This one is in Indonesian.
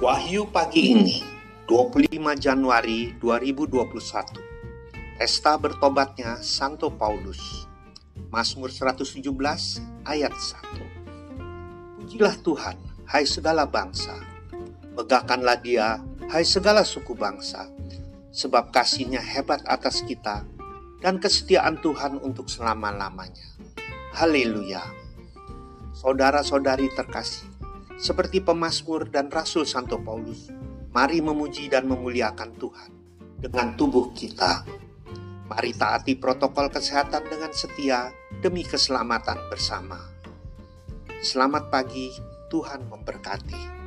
Wahyu pagi ini, 25 Januari 2021. Pesta bertobatnya Santo Paulus. Mazmur 117 ayat 1. Pujilah Tuhan, hai segala bangsa. Megahkanlah Dia, hai segala suku bangsa. Sebab kasih-Nya hebat atas kita dan kesetiaan Tuhan untuk selama-lamanya. Haleluya. Saudara-saudari terkasih, seperti pemazmur dan Rasul Santo Paulus, mari memuji dan memuliakan Tuhan dengan tubuh kita. Mari taati protokol kesehatan dengan setia demi keselamatan bersama. Selamat pagi, Tuhan memberkati.